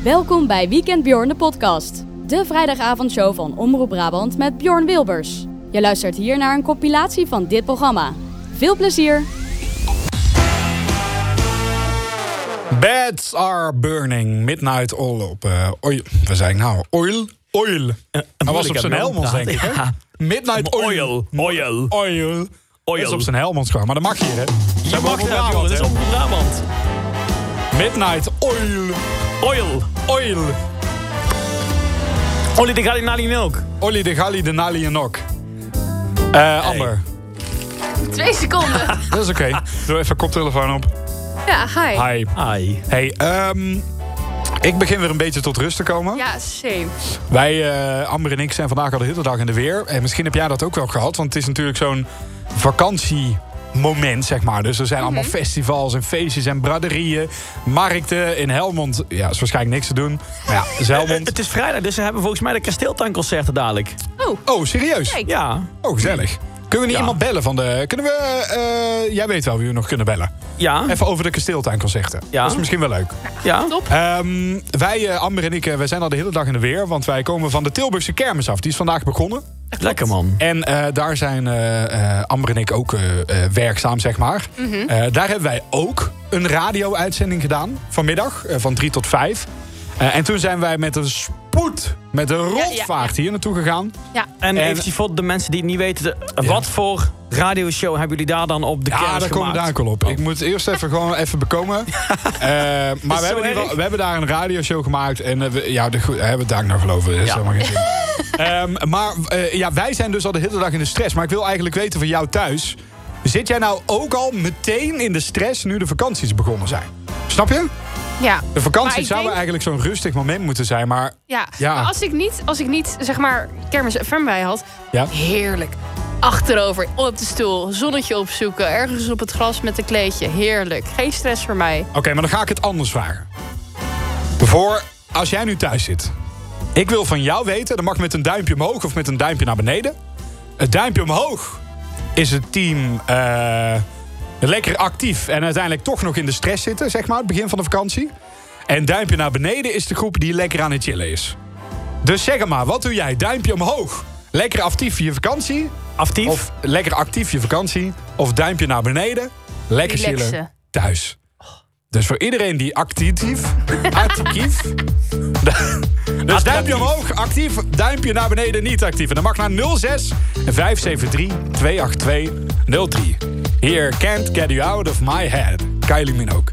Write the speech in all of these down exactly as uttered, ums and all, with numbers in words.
Welkom bij Weekend Bjorn de podcast. De vrijdagavondshow van Omroep Brabant met Bjorn Wilbers. Je luistert hier naar een compilatie van dit programma. Veel plezier! Beds are burning. Midnight oil op uh, oil. Wat zei ik nou? Oil? Oil. Uh, Hij was op zijn Helmonds, denk ik. Hè? Midnight oil. Oil. Oil. Oil. Dat is op zijn Helmonds gewoon. Maar dat mag hier, hè? Je mag het, dat is op Brabant. Midnight oil. Oil. Oil. Olie de Gallinali ook. Olie de Galli de Nali en Nok. Uh, Amber. Twee seconden. Dat is oké. Okay. Doe even koptelefoon op. Ja, hi. Hi. Hi. Hey, um, ik begin weer een beetje tot rust te komen. Ja, same. Wij, uh, Amber en ik, zijn vandaag al de hele dag in de weer. En misschien heb jij dat ook wel gehad. Want het is natuurlijk zo'n vakantiemoment, zeg maar. Dus er zijn allemaal mm-hmm. festivals en feestjes en braderieën. Markten in Helmond. Ja, is waarschijnlijk niks te doen. Maar ja, is Helmond. Uh, het is vrijdag, dus ze hebben volgens mij de kasteeltuinconcerten dadelijk. Oh. Oh, serieus? Kijk. Ja. Oh, gezellig. Kunnen we niet ja. iemand bellen van de... Kunnen we... Uh, jij weet wel wie we nog kunnen bellen. Ja. Even over de kasteeltuinconcerten. Ja. Dat is misschien wel leuk. Ja. Top. Um, wij, uh, Amber en ik, uh, wij zijn al de hele dag in de weer. Want wij komen van de Tilburgse kermis af. Die is vandaag begonnen. Lekker, man. En uh, daar zijn uh, uh, Amber en ik ook uh, uh, werkzaam, zeg maar. Mm-hmm. Uh, daar hebben wij ook een radio-uitzending gedaan. Vanmiddag, uh, van drie tot vijf. Uh, en toen zijn wij met een spoed, met een rotvaart ja, ja, ja. hier naartoe gegaan. Ja. En, en even voor de mensen die het niet weten, de, ja. wat voor radioshow hebben jullie daar dan op de kermis gemaakt? Ja, daar komen we daar ook al op. Oh. Ik moet eerst even gewoon even bekomen. uh, maar we hebben, wel, we hebben daar een radioshow gemaakt. En uh, we, ja, de, daar hebben we het daar nog geloven. Dat is ja. helemaal geen zin. um, maar uh, ja, wij zijn dus al de hele dag in de stress. Maar ik wil eigenlijk weten van jou thuis. Zit jij nou ook al meteen in de stress nu de vakanties begonnen zijn? Snap je? Ja. De vakantie zou denk... eigenlijk zo'n rustig moment moeten zijn, maar... Ja, ja. maar als ik niet, als ik niet zeg maar, Kermis F M bij had... Ja? Heerlijk. Achterover, op de stoel, zonnetje opzoeken... ergens op het gras met een kleedje. Heerlijk. Geen stress voor mij. Oké, okay, maar dan ga ik het anders vragen. Voor als jij nu thuis zit. Ik wil van jou weten, dat mag met een duimpje omhoog of met een duimpje naar beneden. Het duimpje omhoog is het team... Uh, lekker actief en uiteindelijk toch nog in de stress zitten, zeg maar, het begin van de vakantie. En duimpje naar beneden is de groep die lekker aan het chillen is. Dus zeg maar, wat doe jij? Duimpje omhoog. Lekker actief je vakantie. Actief? Of lekker actief je vakantie. Of duimpje naar beneden. Lekker Relaxen. chillen thuis. Dus voor iedereen die actief... actief... Dus duimpje omhoog, actief. Duimpje naar beneden, niet actief. En dan mag naar nul zes vijf zeven drie twee acht twee nul drie. Here, can't get you out of my head. Kylie Minogue.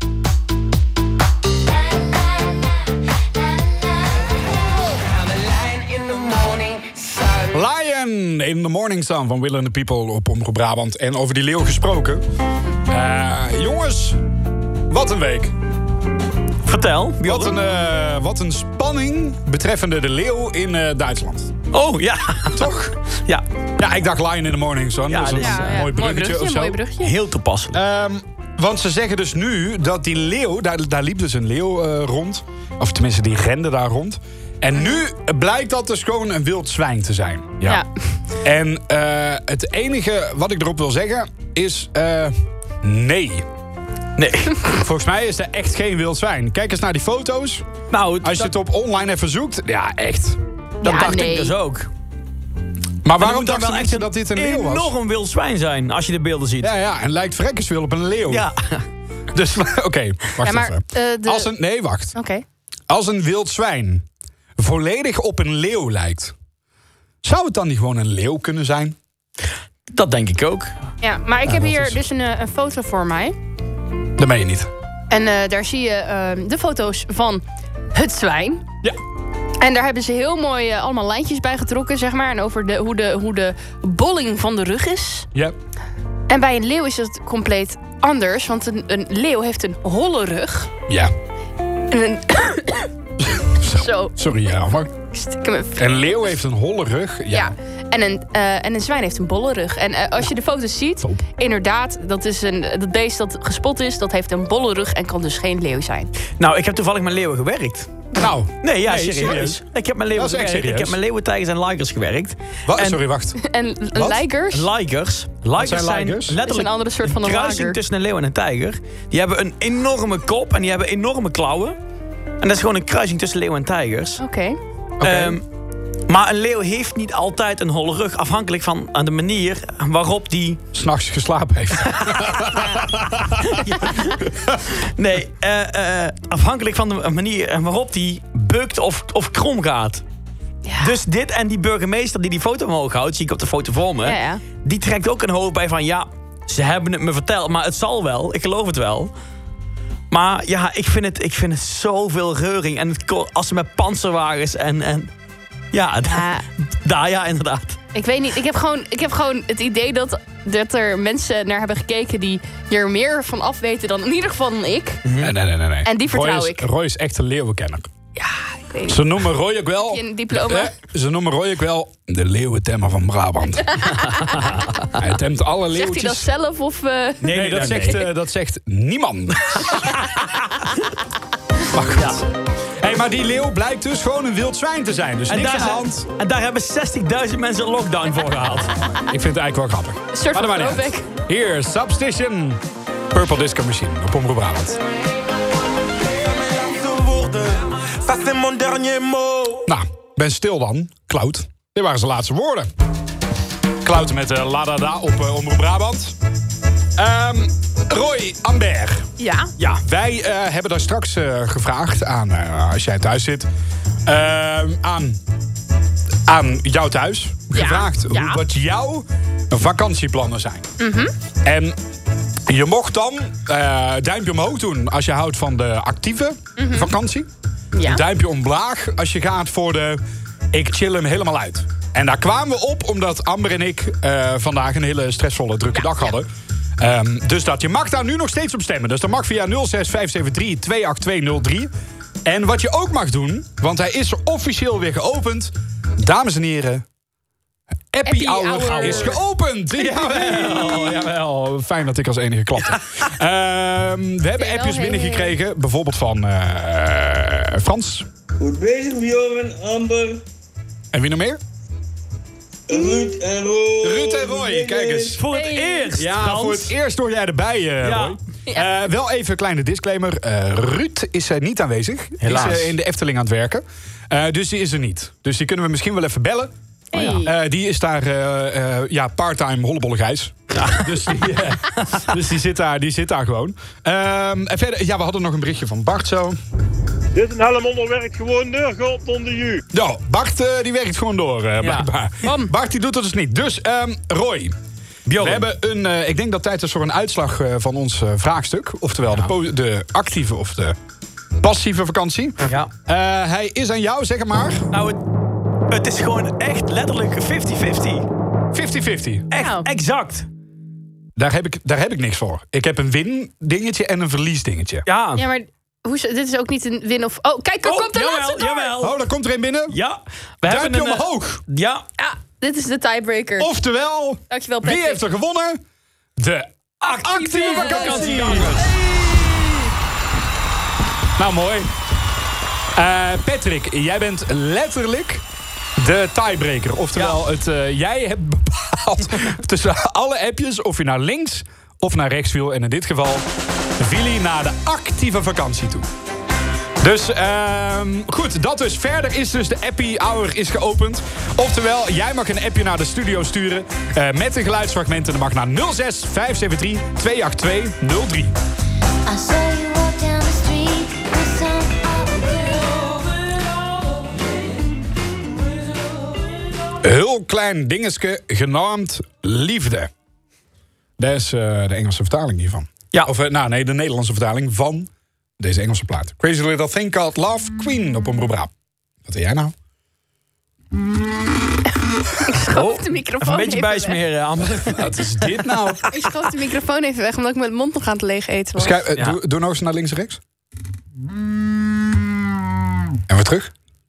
Lion in the Morning Sun van Will and the People op Omroep Brabant. En over die leeuw gesproken. Uh, jongens, wat een week. Vertel. Wat een, uh, wat een spanning betreffende de leeuw in uh, Duitsland. Oh, ja. Toch? Ja. Ja, ik dacht Lion in the Morning Sun. Ja, dus dat is ja, een ja. mooi bruggetje, mooi of zo. Mooi bruggetje. Heel toepasselijk. Um, want ze zeggen dus nu dat die leeuw... Daar, daar liep dus een leeuw uh, rond. Of tenminste, die rende daar rond. En nu blijkt dat dus gewoon een wild zwijn te zijn. Ja. ja. En uh, het enige wat ik erop wil zeggen is... Uh, nee. Nee. Volgens mij is er echt geen wild zwijn. Kijk eens naar die foto's. Nou, Als je dat... het op online even zoekt. Ja, echt. Dat ja, dacht nee. ik dus ook. Maar waarom moet dachten wel mensen dat dit een leeuw was? enorm wild zwijn zijn, als je de beelden ziet. Ja, ja. En lijkt verrekkerswil op een leeuw. Ja. Dus, oké. Okay, wacht ja, maar, even. Uh, de... Als een... Nee, wacht. Oké. Okay. Als een wild zwijn volledig op een leeuw lijkt... zou het dan niet gewoon een leeuw kunnen zijn? Dat denk ik ook. Ja, maar ik ja, heb hier is... dus een, een foto voor mij. Dat meen je niet. En uh, daar zie je uh, de foto's van het zwijn. Ja. En daar hebben ze heel mooi uh, allemaal lijntjes bij getrokken, zeg maar. En over de, hoe, de, hoe de bolling van de rug is. Ja. En bij een leeuw is het compleet anders. Want een, een leeuw heeft een holle rug. Ja. En een... Zo. Zo. Sorry, ja, maar... Even... Een leeuw heeft een holle rug. Ja. ja. En, een, uh, en een zwijn heeft een bolle rug. En uh, als je de foto's ziet, Top. inderdaad, dat is een, dat beest dat gespot is, dat heeft een bolle rug en kan dus geen leeuw zijn. Nou, ik heb toevallig met leeuwen gewerkt. Nou. Nee, ja, nee, serieus. serieus. Ik heb met leeuwen gewerkt. Serieus. Ik heb met leeuwen, tijgers en ligers gewerkt. Wat? En, Sorry, wacht. En Wat? ligers? Ligers. Ligers zijn zijn, ligers? letterlijk Dat is een andere soort van een kruising lager. tussen een leeuw en een tijger. Die hebben een enorme kop en die hebben enorme klauwen. En dat is gewoon een kruising tussen leeuw en tijgers. Oké. Okay. Um, maar een leeuw heeft niet altijd een holle rug. Afhankelijk van de manier waarop die... 's Nachts geslapen heeft. nee, uh, uh, afhankelijk van de manier waarop die bukt of, of krom gaat. Ja. Dus dit en die burgemeester die die foto omhoog houdt... zie ik op de foto voor me... Ja, ja. die trekt ook een hoofd bij van... ja, ze hebben het me verteld, maar het zal wel. Ik geloof het wel. Maar ja, ik vind het, ik vind het zoveel reuring. En het, als ze met panzerwagens en... en ja, ja. daar ja, inderdaad. Ik weet niet, ik heb gewoon, ik heb gewoon het idee dat, dat er mensen naar hebben gekeken... die hier meer van af weten dan in ieder geval dan ik. Nee, nee, nee. nee. En die vertrouw Roy is, ik. Roy is echt een leeuwenkenner. Ja, ik weet niet. Ze noemen Roy ook wel... Heb je een diploma? Eh, ze noemen Roy ook wel de leeuwentemmer van Brabant. Hij temt alle leeuwtjes. Zegt hij dat zelf of... Uh... Nee, nee, nee, dat, nee. zegt, uh, dat zegt niemand. Maar goed. Ja. Hey, maar die leeuw blijkt dus gewoon een wild zwijn te zijn. Dus en niks daar, aan de hand. En daar hebben zestigduizend mensen een lockdown voor gehaald. Ik vind het eigenlijk wel grappig. Een soort van throwback. Hier, Substation. Purple Disco Machine op Omroep Brabant. Nou, ben stil dan. Cloud. Dit waren zijn laatste woorden. Cloud met uh, La Da Da op uh, Omroep Brabant. Um, Roy Ambert. Ja? Ja, wij uh, hebben daar straks uh, gevraagd aan, uh, als jij thuis zit... Uh, aan, aan jou thuis. Ja. Gevraagd Ja. Hoe, wat jouw vakantieplannen zijn. Mm-hmm. En je mocht dan uh, duimpje omhoog doen als je houdt van de actieve Mm-hmm. vakantie. Ja. Een duimpje omlaag als je gaat voor de... ik chill hem helemaal uit. En daar kwamen we op omdat Amber en ik uh, vandaag een hele stressvolle, drukke Ja, dag hadden. Ja. Um, dus dat je mag daar nu nog steeds op stemmen. Dus dat mag via nul zes vijf zeven drie twee acht twee nul drie. En wat je ook mag doen, want hij is officieel weer geopend. Dames en heren, Happy, Happy Hour, Hour is geopend. Jawel, jawel. Fijn dat ik als enige klapte. um, we hebben Jawel, appjes hey, binnengekregen. Bijvoorbeeld van uh, Frans. Goed bezig, Bjorn, Amber, En wie nog meer? Ruud en Roy. Ruud en Roy, kijk eens. Voor het Hey. eerst, Ja, Frans. voor het eerst hoor jij erbij, uh, Ja. Roy. Uh, wel even een kleine disclaimer. Uh, Ruud is uh, niet aanwezig. Helaas. Is uh, in de Efteling aan het werken. Uh, dus die is er niet. Dus die kunnen we misschien wel even bellen. Hey. Uh, die is daar uh, uh, ja, part-time hollebolle Gijs. Ja. Dus, die, uh, dus die, zit daar, die zit daar gewoon. Um, en verder, ja, we hadden nog een berichtje van Bart zo. Dit een Helmonder werkt gewoon door, God onder u. Ja, Bart uh, die werkt gewoon door, uh, blijkbaar. Bam. Bart die doet het dus niet. Dus um, Roy, Bjorn. we hebben een, uh, ik denk dat tijd is voor een uitslag uh, van ons uh, vraagstuk. Oftewel de, po- de actieve of de passieve vakantie. Ja. Uh, hij is aan jou, zeg maar. Nou, het, het is gewoon echt letterlijk vijftig vijftig. vijftig vijftig. Echt, Nou. exact. Daar heb, ik, daar heb ik niks voor. Ik heb een win-dingetje en een verlies-dingetje. Ja. Ja, maar hoe, dit is ook niet een win of... Oh, kijk, er Oh, komt de jawel, laatste door. jawel. Oh, daar komt er een binnen. Ja. We Duimpje hebben een, eh, omhoog. Ja. Ja, dit is de tiebreaker. Oftewel, Dankjewel, wie Patrick. heeft er gewonnen? De actieve vakantie. Nou, mooi. Uh, Patrick, jij bent letterlijk de tiebreaker. Oftewel, het, uh, jij hebt bepaald tussen alle appjes of je naar links of naar rechts viel. En in dit geval viel hij naar de actieve vakantie toe. Dus uh, goed, dat dus. Verder is dus de Happy Hour is geopend. Oftewel, jij mag een appje naar de studio sturen uh, met een geluidsfragment. En dat mag naar nul zes vijf zeven drie twee acht twee nul drie. I saw you walk down the street with some other girl. Heel klein dingetje genaamd Liefde. Dat is uh, de Engelse vertaling hiervan. Ja. Of uh, nou nee, de Nederlandse vertaling van deze Engelse plaat. Crazy Little Thing Called Love, Queen op Omroep Brabant. Wat doe jij nou? Ik schoof de microfoon Even een beetje even bijsmeren, Amber. Wat is dit nou? weg. Ik schoof de microfoon even weg, omdat ik mijn mond nog aan het leeg eten was. Schrijf, uh, Ja. doe, doe nog eens naar links en rechts. En weer terug.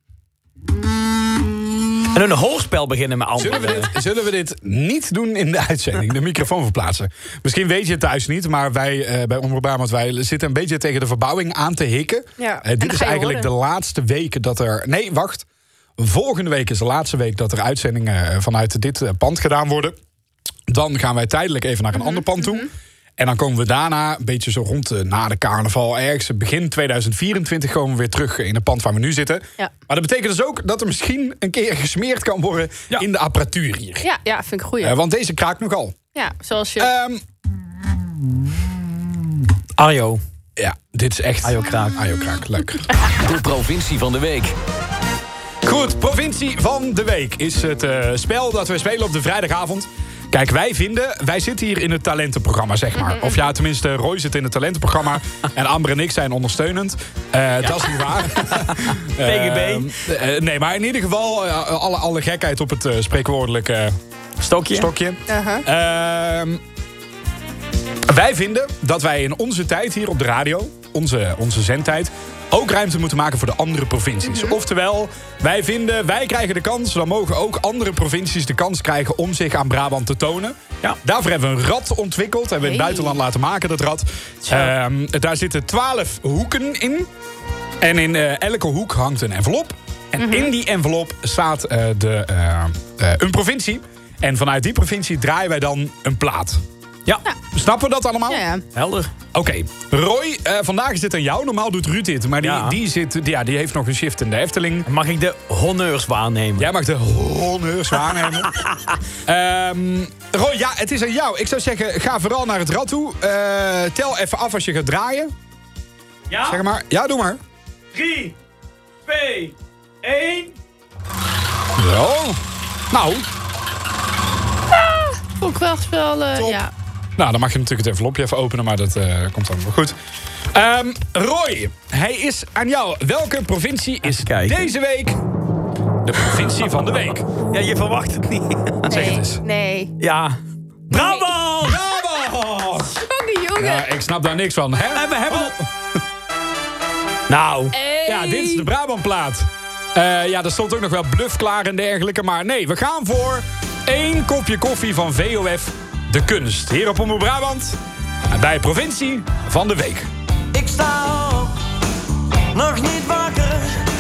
En dan een hoorspel beginnen met Zullen we, Amber. dit, zullen we dit niet doen in de uitzending? De microfoon verplaatsen. Misschien weet je het thuis niet, maar wij uh, bij Omroep Brabant, wij zitten een beetje tegen de verbouwing aan te hikken. Ja, Uh, en dit dan is ga je eigenlijk horen. de laatste week dat er... Nee, wacht. Volgende week is de laatste week dat er uitzendingen vanuit dit uh, pand gedaan worden. Dan gaan wij tijdelijk even naar een ander pand toe. En dan komen we daarna, een beetje zo rond de, na de carnaval... ergens begin tweeduizend vierentwintig komen we weer terug in het pand waar we nu zitten. Ja. Maar dat betekent dus ook dat er misschien een keer gesmeerd kan worden... Ja. in de apparatuur hier. Ja, ja, vind ik een goeie. Uh, want deze kraakt nogal. Ja, zoals je... Ehm, Arjo. ja, dit is echt... Arjo Kraak. Arjo Kraak, leuk. De provincie van de week. Goed, provincie van de week is het uh, spel dat we spelen op de vrijdagavond. Kijk, wij vinden, wij zitten hier in het talentenprogramma, zeg maar. Of ja, tenminste, Roy zit in het talentenprogramma... en Amber en ik zijn ondersteunend. Uh, ja. Dat is niet waar. P G B. Uh, uh, nee, maar in ieder geval, uh, alle, alle gekheid op het uh, spreekwoordelijke Stokje. stokje. Uh-huh. Uh, wij vinden dat wij in onze tijd hier op de radio... onze, onze zendtijd... ook ruimte moeten maken voor de andere provincies. Mm-hmm. Oftewel, wij vinden, wij krijgen de kans... dan mogen ook andere provincies de kans krijgen... om zich aan Brabant te tonen. Ja. Daarvoor hebben we een rad ontwikkeld. Hebben we in het buitenland laten maken, dat rad. Um, daar zitten twaalf hoeken in. En in uh, elke hoek hangt een envelop. En mm-hmm. in die envelop staat uh, de, uh, uh, een provincie. En vanuit die provincie draaien wij dan een plaat. Ja, ja. Snappen we dat allemaal? Ja, ja. Helder. Oké, okay. Roy, uh, vandaag is dit aan jou. Normaal doet Ruud dit, maar die, Ja. die, zit, die, ja, die heeft nog een shift in de Efteling. Mag ik de honneurs waarnemen? Jij mag de honneurs waarnemen. um, Roy, ja, het is aan jou. Ik zou zeggen, ga vooral naar het rad toe. Uh, tel even af als je gaat draaien. Ja? Zeg maar. Ja, doe maar. drie, twee, één. Zo. Nou, Vond ik wel wel, uh, Top. ja. nou, dan mag je natuurlijk het envelopje even openen, maar dat uh, komt dan wel goed. Um, Roy, hij is aan jou. Welke provincie is kijken. deze week de provincie van de week? Ja, je verwacht het niet. Zeg het Nee, eens. nee. Ja. Brabant! Bravo! Sorry, jongen. Ja, ik snap daar niks van, hè? En we hebben... Nou. Hey. Ja, dit is de Brabantplaat. Uh, ja, er stond ook nog wel bluff klaar en dergelijke. Maar nee, we gaan voor één kopje koffie van V O F De Kunst. Hier op Omroep Brabant. En bij provincie van de week. Ik sta op, nog niet wakker.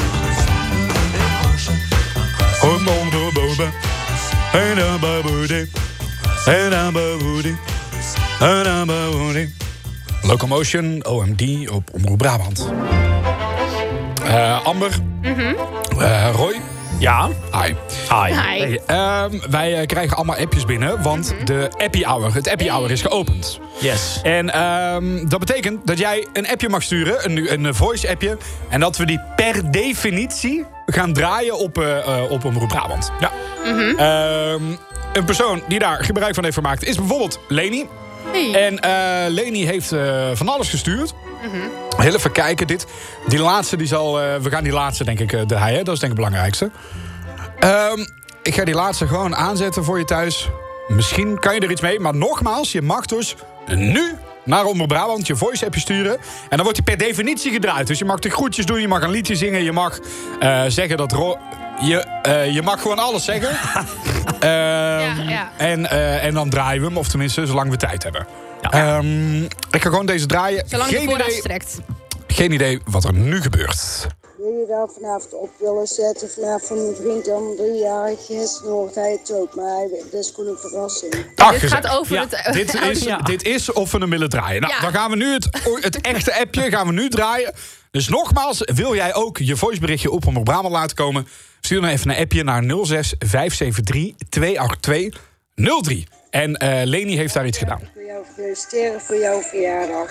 Locomotion, O M D op Omroep Brabant. Uh, Amber. Mm-hmm. Uh, Roy. Ja. Hi. Hi. Hi. Hey, um, wij uh, krijgen allemaal appjes binnen, want Mm-hmm. de Appy Hour, het Appy Hour is geopend. Yes. En um, dat betekent dat jij een appje mag sturen, een, een voice appje. En dat we die per definitie gaan draaien op, uh, uh, op Omroep Brabant. Ja. Mm-hmm. Um, een persoon die daar gebruik van heeft gemaakt is bijvoorbeeld Leni. Hey. En uh, Leni heeft uh, van alles gestuurd. Mm-hmm. Heel even kijken, dit. Die laatste, die zal... Uh, we gaan die laatste, denk ik, uh, draaien. Dat is denk ik het belangrijkste. Um, ik ga die laatste gewoon aanzetten voor je thuis. Misschien kan je er iets mee. Maar nogmaals, je mag dus nu naar Omroep Brabant je voice-appje sturen. En dan wordt die per definitie gedraaid. Dus je mag de groetjes doen, je mag een liedje zingen. Je mag uh, zeggen dat... Ro- je, uh, je mag gewoon alles zeggen. um, Ja, ja. En, uh, en dan draaien we hem. Of tenminste, zolang we tijd hebben. Ja. Um, ik ga gewoon deze draaien. Zolang de Geen voorraad idee, strekt. geen idee wat er nu gebeurt. Wil je daar vanavond op willen zetten? Vanavond van mijn vriend dan driejarig. Gisteren hoort hij het ook, maar hij, dat is gewoon een verrassing. Ach, Dit gezellig. gaat over Ja, het... Dit is, Ja. dit is of we hem willen draaien. Nou, Ja. dan gaan we nu het, het echte appje gaan we nu draaien. Dus nogmaals, wil jij ook je voiceberichtje op Omroep Brabant laten komen? Stuur dan even een appje naar nul zes vijf zeven drie twee acht twee nul drie. En uh, Leni heeft daar iets gedaan. Voor jou feliciteren voor jouw verjaardag.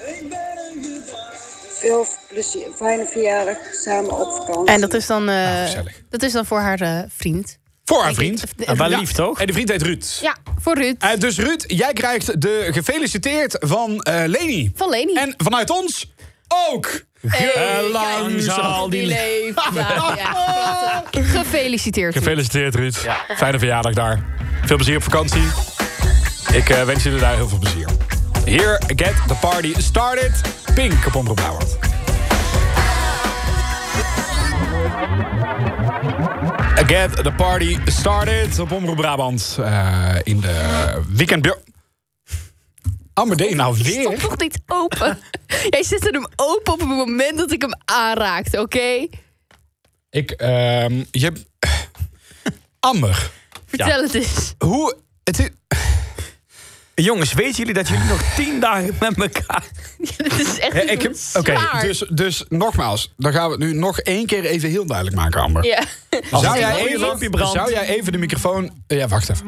Veel plezier, fijne verjaardag, samen op vakantie. En dat is dan, uh, Nou, gezellig. dat is dan voor haar uh, vriend. Voor haar Denk vriend. ik. En wel Ja. lief, toch? En de vriend heet Ruud. Ja, voor Ruud. Uh, dus Ruud, jij krijgt de gefeliciteerd van uh, Leni. Van Leni. En vanuit ons ook. Hey, lang kijk, zal die leeft. Ja, ja, prachtig. Gefeliciteerd. Ruud. Gefeliciteerd, Ruud. Fijne verjaardag daar. Veel plezier op vakantie. Ik uh, wens jullie daar heel veel plezier. Here, get the party started. Pink op Omroep Brabant. Get the party started op Omroep Brabant. Uh, in de weekend... Amber, deed je nou Die weer? stond toch niet open? Jij zette hem open op het moment dat ik hem aanraakte, oké? Okay? Ik, um, je... Amber. Vertel Ja. het eens. Hoe... Het is... Jongens, weten jullie dat jullie nog tien dagen met elkaar... Dit is echt Ja, ik heb- Oké, zwaar. dus, dus nogmaals, dan gaan we het nu nog één keer even heel duidelijk maken, Amber. Ja. Als Zou het jij, rode even, lampje brandt. zou jij even de microfoon... Ja, wacht even.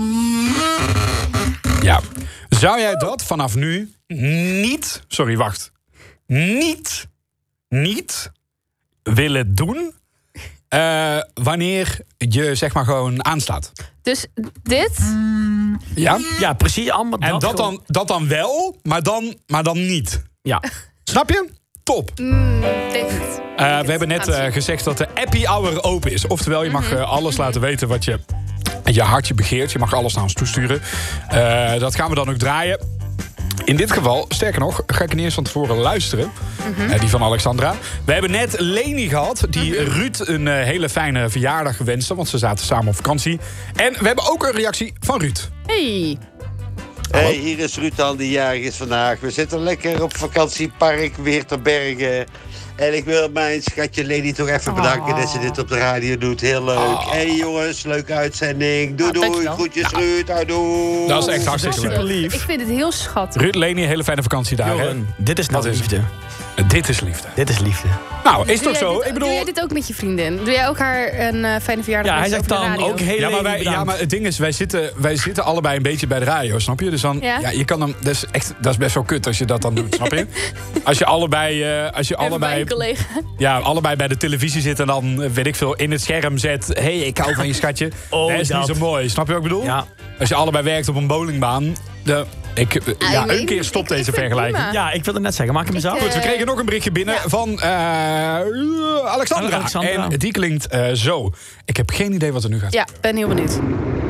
Ja. Zou jij dat vanaf nu niet... Sorry, wacht. Niet, niet willen doen... eh, wanneer je zeg maar gewoon aanstaat? Dus dit... Ja? Ja, precies. Amber, En dat gewoon. dan, dat dan wel, maar dan, maar dan niet. Ja. Snap je? Top. Mm, denk het. Uh, we hebben net uh, gezegd dat de Happy Hour open is. Oftewel, je mag uh, alles laten weten wat je, je hartje begeert. Je mag alles naar ons toesturen. Uh, dat gaan we dan ook draaien. In dit geval, sterker nog, ga ik in eerst van tevoren luisteren. Mm-hmm. Uh, die van Alexandra. We hebben net Leni gehad, die mm-hmm. Ruud een uh, hele fijne verjaardag gewenst. Want ze zaten samen op vakantie. En we hebben ook een reactie van Ruud. Hey. Hey, hier is Ruud al, die jarig is vandaag. We zitten lekker op vakantiepark Weerterbergen. En ik wil mijn schatje Leni toch even bedanken oh. dat ze dit op de radio doet. Heel leuk. Oh. Hey jongens, leuke uitzending. Doei doei, oh, groetjes ja. Ruud, houdoe. Dat is echt hartstikke leuk. lief. Ik vind het heel schattig. Ruud, Leni, hele fijne vakantie daar. Joren, dit is nou liefde. Dit is liefde. Dit is liefde. Nou, is toch zo? Dit, ik bedoel... Doe jij dit ook met je vriendin? Doe jij ook haar een uh, fijne verjaardag? Ja, hij zegt dan ook heel ja, maar wij, ja, maar het ding is, wij zitten, wij zitten allebei een beetje bij de radio, snap je? Dus dan, ja, ja je kan hem, dat is echt, dat is best wel kut als je dat dan doet, snap je? Als je allebei, uh, als je allebei, collega. ja, allebei bij de televisie zit en dan, weet ik veel, in het scherm zet, hé, hey, ik hou van je schatje. Oh, dat is dat. niet zo mooi, snap je wat ik bedoel? Ja. Als je allebei werkt op een bowlingbaan, de, ik, uh, ah, ja, nee, een keer stopt ik, deze ik vergelijking. prima. Ja, ik wilde net zeggen, maak hem eens af. Goed, we kregen nog een berichtje binnen ja. van uh, Alexandra. Alexandra. En die klinkt uh, zo. Ik heb geen idee wat er nu gaat. Ja, ben heel benieuwd.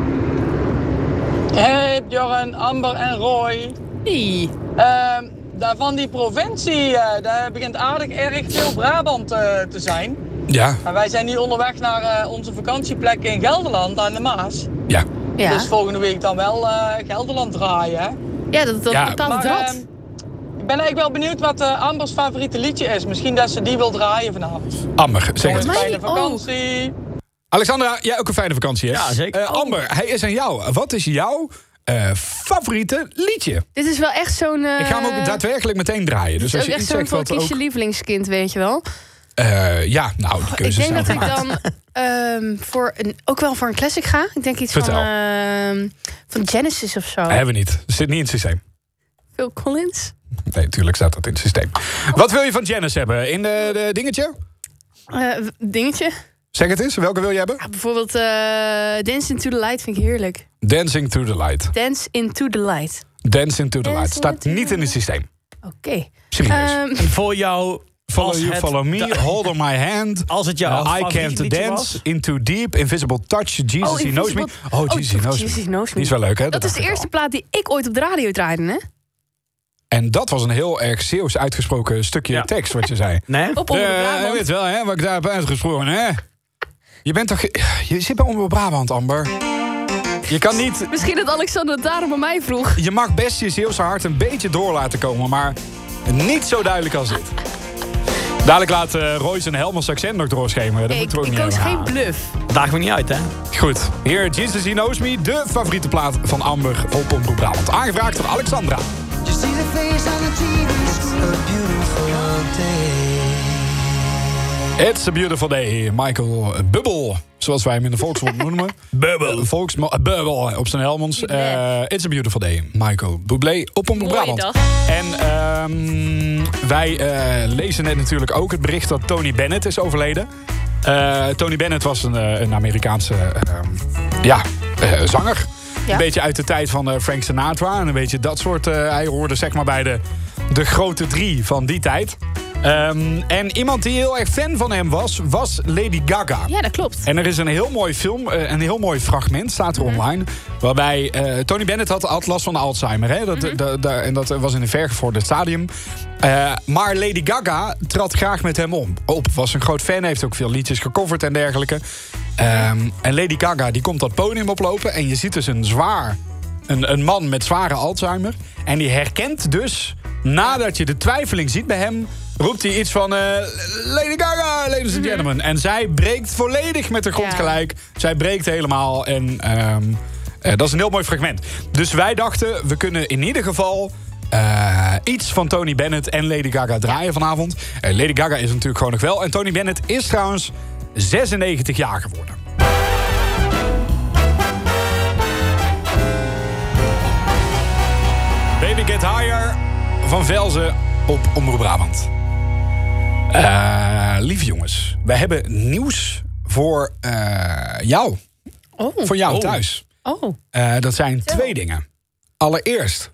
Hey Bjorn, Amber en Roy. Hey. Uh, daar van die provincie, uh, daar begint aardig erg veel Brabant uh, te zijn. Ja. En wij zijn nu onderweg naar uh, onze vakantieplek in Gelderland aan de Maas. Ja. Ja. Dus volgende week dan wel uh, Gelderland draaien, hè? Ja, dat, dat ja. bepaalt het rad. Uh, ik ben eigenlijk wel benieuwd wat uh, Ambers favoriete liedje is. Misschien dat ze die wil draaien vanavond. Amber, zeg het. Een fijne vakantie. Oh. Alexandra, jij ook een fijne vakantie, hè? Ja, zeker. Uh, Amber, hij is aan jou. Wat is jouw uh, favoriete liedje? Dit is wel echt zo'n... Uh, ik ga hem ook daadwerkelijk meteen draaien. Dus dit als is je ook iets echt zegt zo'n wat kies ook... je lievelingskind, weet je wel. Uh, ja, nou, de keuze Ik denk dat gemaakt. ik dan um, voor een, ook wel voor een classic ga. Ik denk iets Vertel. van, uh, van Genesis of zo. Hebben we niet. Het zit niet in het systeem. Phil Collins? Nee, natuurlijk staat dat in het systeem. Wat wil je van Janice hebben? In de, de dingetje? Uh, dingetje? Zeg het eens, welke wil je hebben? Ja, bijvoorbeeld uh, Dance Into The Light vind ik heerlijk. Dancing to the Light. Dance Into The Light. Dance into the Dance Light. Staat into niet in het systeem. Oké. Okay. Serieus. Um, En voor jou... Follow als you, het follow me, da- hold on my hand. Als het jouw uh, I favoriete can't liedje dance, was? into deep, invisible touch, Jesus, Oh, he knows me. Invisible- Oh, Jesus, he oh, knows Jesus, me. he knows me. Die is wel leuk, hè? Dat is dacht de ik eerste al. plaat die ik ooit op de radio draaide, hè? En dat was een heel erg Zeeuws uitgesproken stukje Ja. tekst wat je zei. Nee? Op Omroep Eh, Brabant. je weet wel, hè, wat ik daar heb uitgesproken, hè? Je bent toch... Je zit bij Omroep Brabant, Amber. Je kan niet... Misschien dat Alexander het daarom aan mij vroeg. Je mag best je Zeeuwse hart een beetje door laten komen, maar niet zo duidelijk als dit. Dadelijk laat uh, Roy zijn Helmers accent nog doorschemeren. Dat Nee, ik moeten we ook ik niet koos hebben. geen bluff. Daag me niet uit, hè? Goed, hier Jesus He Knows Me, de favoriete plaat van Amber op Omroep Brabant. Aangevraagd door Alexandra. It's a beautiful day, Michael Bubbel. Zoals wij hem in de volksmond noemen. Bubbel. Uh, volksmo- uh, Bubbel op zijn Helmonds. Uh, it's a beautiful day, Michael Bublé op Omroep Mooie Brabant. dag. En um, wij uh, lezen net natuurlijk ook het bericht dat Tony Bennett is overleden. Uh, Tony Bennett was een, uh, een Amerikaanse uh, ja, uh, zanger. Ja. Een beetje uit de tijd van uh, Frank Sinatra. En een beetje dat soort... Uh, hij hoorde zeg maar bij de, de grote drie van die tijd. Um, en iemand die heel erg fan van hem was, was Lady Gaga. Ja, dat klopt. En er is een heel mooi film, uh, een heel mooi fragment, staat er Mm-hmm. online. Waarbij uh, Tony Bennett had, had last van Alzheimer. Hè? Dat, Mm-hmm. da, da, en dat was in een vergevorderd stadium. Uh, maar Lady Gaga trad graag met hem om. op. Was een groot fan, heeft ook veel liedjes gecoverd en dergelijke. Um, en Lady Gaga die komt dat podium oplopen. En je ziet dus een zwaar... Een, een man met zware Alzheimer. En die herkent dus, nadat je de twijfeling ziet bij hem... roept hij iets van... Uh, Lady Gaga, ladies and gentlemen. En zij breekt volledig met de grond Ja. gelijk. Zij breekt helemaal. En um, Uh, dat is een heel mooi fragment. Dus wij dachten, we kunnen in ieder geval... Uh, iets van Tony Bennett en Lady Gaga draaien vanavond. Uh, Lady Gaga is natuurlijk gewoon nog wel. En Tony Bennett is trouwens zesennegentig jaar geworden. Baby Get Higher van Velzen op Omroep Brabant. Uh, lieve jongens, wij hebben nieuws voor uh, jou. Oh. Voor jou oh. thuis. Oh. Uh, dat zijn Zo. twee dingen. Allereerst,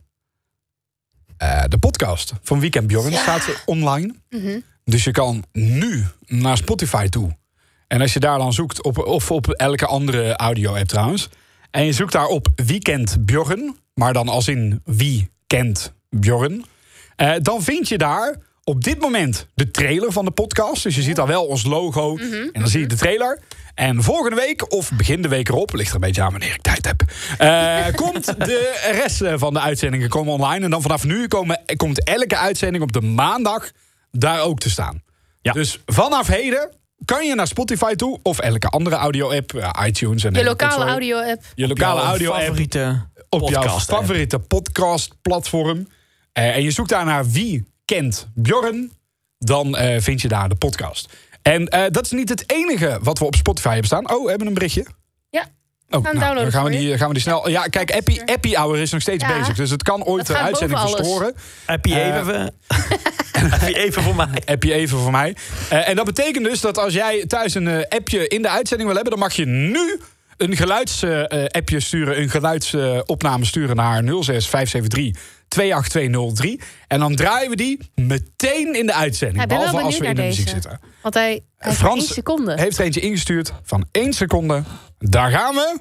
uh, de podcast van Weekend Bjorn ja. staat online. Mm-hmm. Dus je kan nu naar Spotify toe. En als je daar dan zoekt, op, of op elke andere audio-app trouwens... en je zoekt daar op Weekend Bjorn... maar dan als in wie kent Bjorn... Uh, dan vind je daar op dit moment de trailer van de podcast. Dus je ziet daar wel ons logo mm-hmm. en dan zie je de trailer... En volgende week, of begin de week erop... ligt er een beetje aan wanneer ik tijd heb... Uh, komt de rest van de uitzendingen komen online. En dan vanaf nu komen, komt elke uitzending op de maandag... daar ook te staan. Ja. Dus vanaf heden kan je naar Spotify toe... of elke andere audio-app, uh, iTunes... en je lokale audio-app. Je lokale jouw audio-app. Favoriete op podcast, jouw favoriete podcast-platform. Uh, en je zoekt daar naar Wie kent Bjorn... dan uh, vind je daar de podcast... En uh, dat is niet het enige wat we op Spotify hebben staan. Oh, we hebben een berichtje. Ja. Oh, nou, dan gaan we, die, gaan we die snel... Ja, kijk, Appie, Appie Hour is nog steeds ja. bezig. Dus het kan ooit de uitzending verstoren. Appie uh, even. Appie even voor mij. Appie even voor mij. Uh, en dat betekent dus dat als jij thuis een uh, appje in de uitzending wil hebben... dan mag je nu een geluidsappje uh, sturen. Een geluidsopname uh, sturen naar nul zes vijf zeven drie twee acht twee nul drie. En dan draaien we die meteen in de uitzending. Ja, behalve als we in de deze. muziek zitten. Want hij, hij Frans één seconde. heeft er eentje ingestuurd van één seconde. Daar gaan we.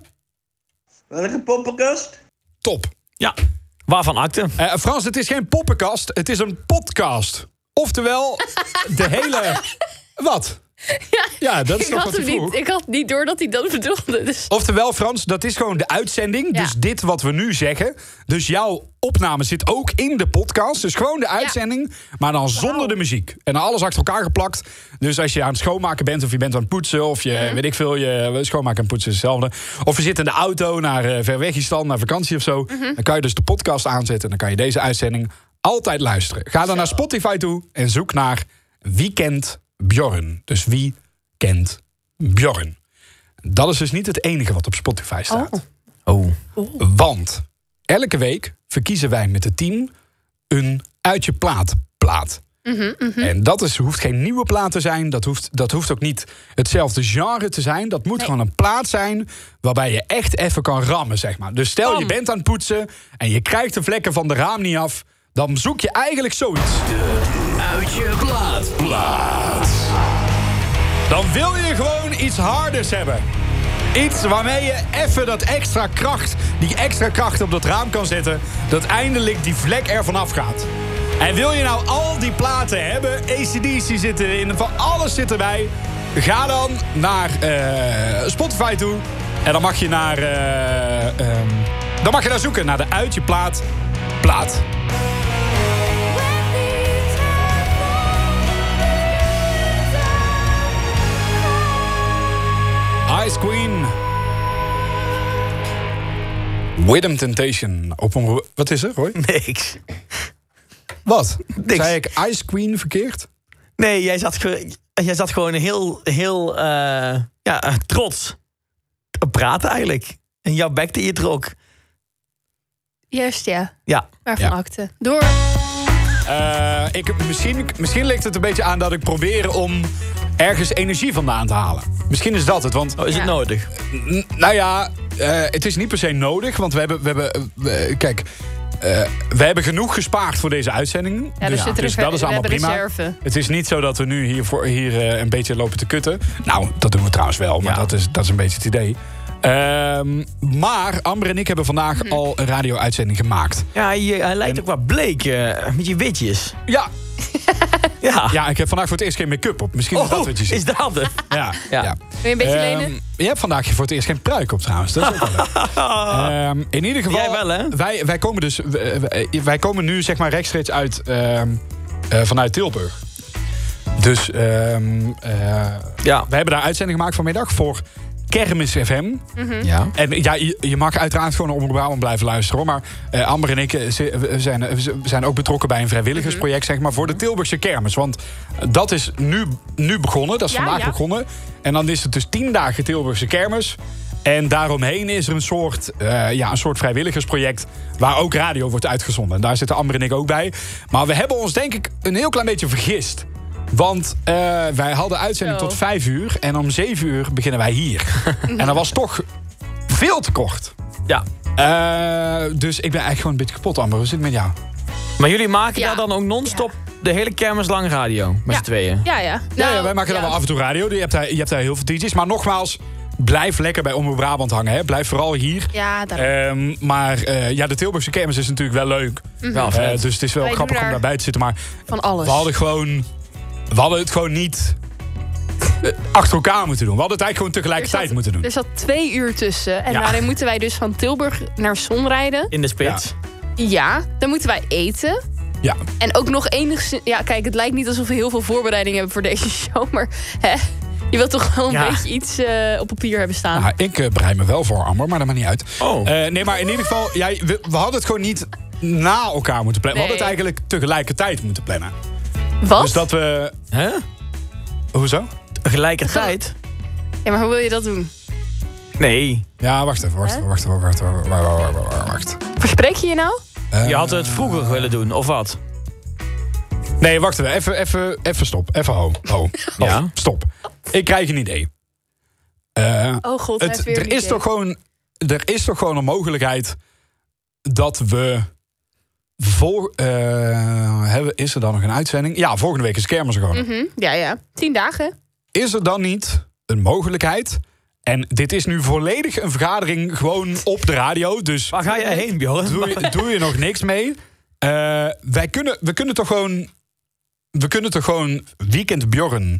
Welke poppenkast? Top. Ja, waarvan akte? Uh, Frans, het is geen poppenkast, het is een podcast. Oftewel, de hele... Wat? Ja, ja, dat is ik toch had wat hij vroeg. niet, Ik had niet door dat hij dat bedoelde. Dus. Oftewel, Frans, dat is gewoon de uitzending. Ja. Dus dit wat we nu zeggen. Dus jouw opname zit ook in de podcast. Dus gewoon de uitzending, ja. maar dan zonder wow. de muziek. En dan alles achter elkaar geplakt. Dus als je aan het schoonmaken bent, of je bent aan het poetsen... of je, mm. weet ik veel, je schoonmaken en poetsen is hetzelfde. Of je zit in de auto naar uh, Verwegistan, naar vakantie of zo. Mm-hmm. Dan kan je dus de podcast aanzetten. En dan kan je deze uitzending altijd luisteren. Ga dan zo. naar Spotify toe en zoek naar Wie kent Bjorn. Dus wie kent Bjorn. Dat is dus niet het enige wat op Spotify staat. Oh. Oh. Want elke week verkiezen wij met het team een uit je plaat plaat. Mm-hmm, mm-hmm. En dat is, hoeft geen nieuwe plaat te zijn. Dat hoeft, dat hoeft ook niet hetzelfde genre te zijn. Dat moet nee. gewoon een plaat zijn waarbij je echt even kan rammen, zeg maar. Dus stel Bam. je bent aan het poetsen en je krijgt de vlekken van de raam niet af... dan zoek je eigenlijk zoiets. De uit je plaat plaat. Dan wil je gewoon iets harders hebben. Iets waarmee je even dat extra kracht, die extra kracht op dat raam kan zetten... dat eindelijk die vlek er vanaf gaat. En wil je nou al die platen hebben, A C D C zit erin, van alles zit erbij... ga dan naar uh, Spotify toe en dan mag je naar... Uh, um, dan mag je daar zoeken naar de uit je plaat plaat. Ice Queen. Rhythm Temptation. Op een... Wat is er, Roy? Niks. Wat? Niks. Zei ik Ice Queen verkeerd? Nee, jij zat, ge... jij zat gewoon heel, heel uh, ja, trots te praten eigenlijk. En jouw bek die je trok. Juist, ja. Ja. Waarvan ja. akte. Door. Uh, ik, misschien, misschien ligt het een beetje aan dat ik probeer om ergens energie vandaan te halen. Misschien is dat het, want... Oh, is het ja. nodig? N- nou ja, uh, het is niet per se nodig, want we hebben... We hebben uh, kijk, uh, we hebben genoeg gespaard voor deze uitzending. Ja, dus dus, ja, dus dat is allemaal prima. Reserve. Het is niet zo dat we nu hier, voor, hier uh, een beetje lopen te kutten. Nou, dat doen we trouwens wel, maar ja. dat, is, dat is een beetje het idee. Um, maar Amber en ik hebben vandaag hm. al een radio-uitzending gemaakt. Ja, hij, hij lijkt en... ook wat bleek, uh, met je witjes. Ja. ja. Ja, ik heb vandaag voor het eerst geen make-up op. Misschien is oh, dat wat je ziet. Is dat het? Ja. ja. ja. Wil je een beetje um, lenen? Je hebt vandaag voor het eerst geen pruik op trouwens. Dat is ook wel leuk. um, in ieder geval... Jij wel, hè? Wij, wij komen dus... Wij, wij komen nu zeg maar rechtstreeks uit... Um, uh, vanuit Tilburg. Dus um, uh, ja. we hebben daar uitzending gemaakt vanmiddag voor Kermis F M. Mhm. Ja. En ja, je, je mag uiteraard gewoon naar Omroep Brabant blijven luisteren, hoor. Maar uh, Amber en ik uh, we zijn, uh, we zijn ook betrokken bij een vrijwilligersproject, zeg maar, voor de Tilburgse Kermis. Want dat is nu, nu begonnen, dat is Ja, vandaag ja. begonnen. En dan is het dus tien dagen Tilburgse Kermis. En daaromheen is er een soort, uh, ja, een soort vrijwilligersproject waar ook radio wordt uitgezonden. En daar zitten Amber en ik ook bij. Maar we hebben ons denk ik een heel klein beetje vergist. Want uh, wij hadden uitzending Zo. tot vijf uur. En om zeven uur beginnen wij hier. En dat was toch veel te kort. Ja. Uh, dus ik ben eigenlijk gewoon een beetje kapot, Amber. Hoe zit het met jou? Maar jullie maken Ja. daar dan ook non-stop de hele kermis lang radio. Met Ja. z'n tweeën. Ja, ja. Ja, Nou, ja, wij maken ja. dan wel af en toe radio. Je hebt daar, je hebt daar heel veel D J's. Maar nogmaals, blijf lekker bij Omroep Brabant hangen. Hè. Blijf vooral hier. Ja, daarom. Um, maar uh, ja, de Tilburgse kermis is natuurlijk wel leuk. Mhm. Wel Uh, vet. dus het is wel Wij grappig doen om daar daarbij te zitten. Maar Van alles. we hadden gewoon... We hadden het gewoon niet uh, achter elkaar moeten doen. We hadden het eigenlijk gewoon tegelijkertijd Er zat- moeten doen. Er zat twee uur tussen. En Ja. daarin moeten wij dus van Tilburg naar Zon rijden. In de spits. Ja, dan moeten wij eten. Ja. En ook nog enigszins... Ja, kijk, het lijkt niet alsof we heel veel voorbereiding hebben voor deze show. Maar hè, je wilt toch wel een Ja. beetje iets uh, op papier hebben staan. Nou, ik uh, bereid me wel voor, Amber, maar dat maakt niet uit. Oh. Uh, nee, maar in ieder geval, ja, we, we hadden het gewoon niet na elkaar moeten plannen. We hadden het Nee. eigenlijk tegelijkertijd moeten plannen. Wat? Dus dat we... Hè? Hoezo? Tegelijkertijd? Ja, maar hoe wil je dat doen? Nee. Ja, wacht even, wacht even, wacht even, wacht even, wacht, wacht, wacht, wacht, wacht. Verspreek je je nou? Uh, Je had het vroeger willen doen, of wat? Nee, wacht even, even, even, even stop. Even ho, ho, ho. Ja? Stop. Ik krijg een idee. Uh, Oh god, hij het, heeft weer er, een is idee. toch gewoon, er is toch gewoon een mogelijkheid dat we... Vol, uh, hebben, is er dan nog een uitzending? Ja, volgende week is kermis gewoon. Mhm. Ja, ja. Tien dagen. Is er dan niet een mogelijkheid... En dit is nu volledig een vergadering gewoon op de radio. Dus Waar ga jij heen, Bjorn? doe je, doe je nog niks mee. Uh, wij kunnen, we kunnen toch gewoon... We kunnen toch gewoon Weekend Bjorn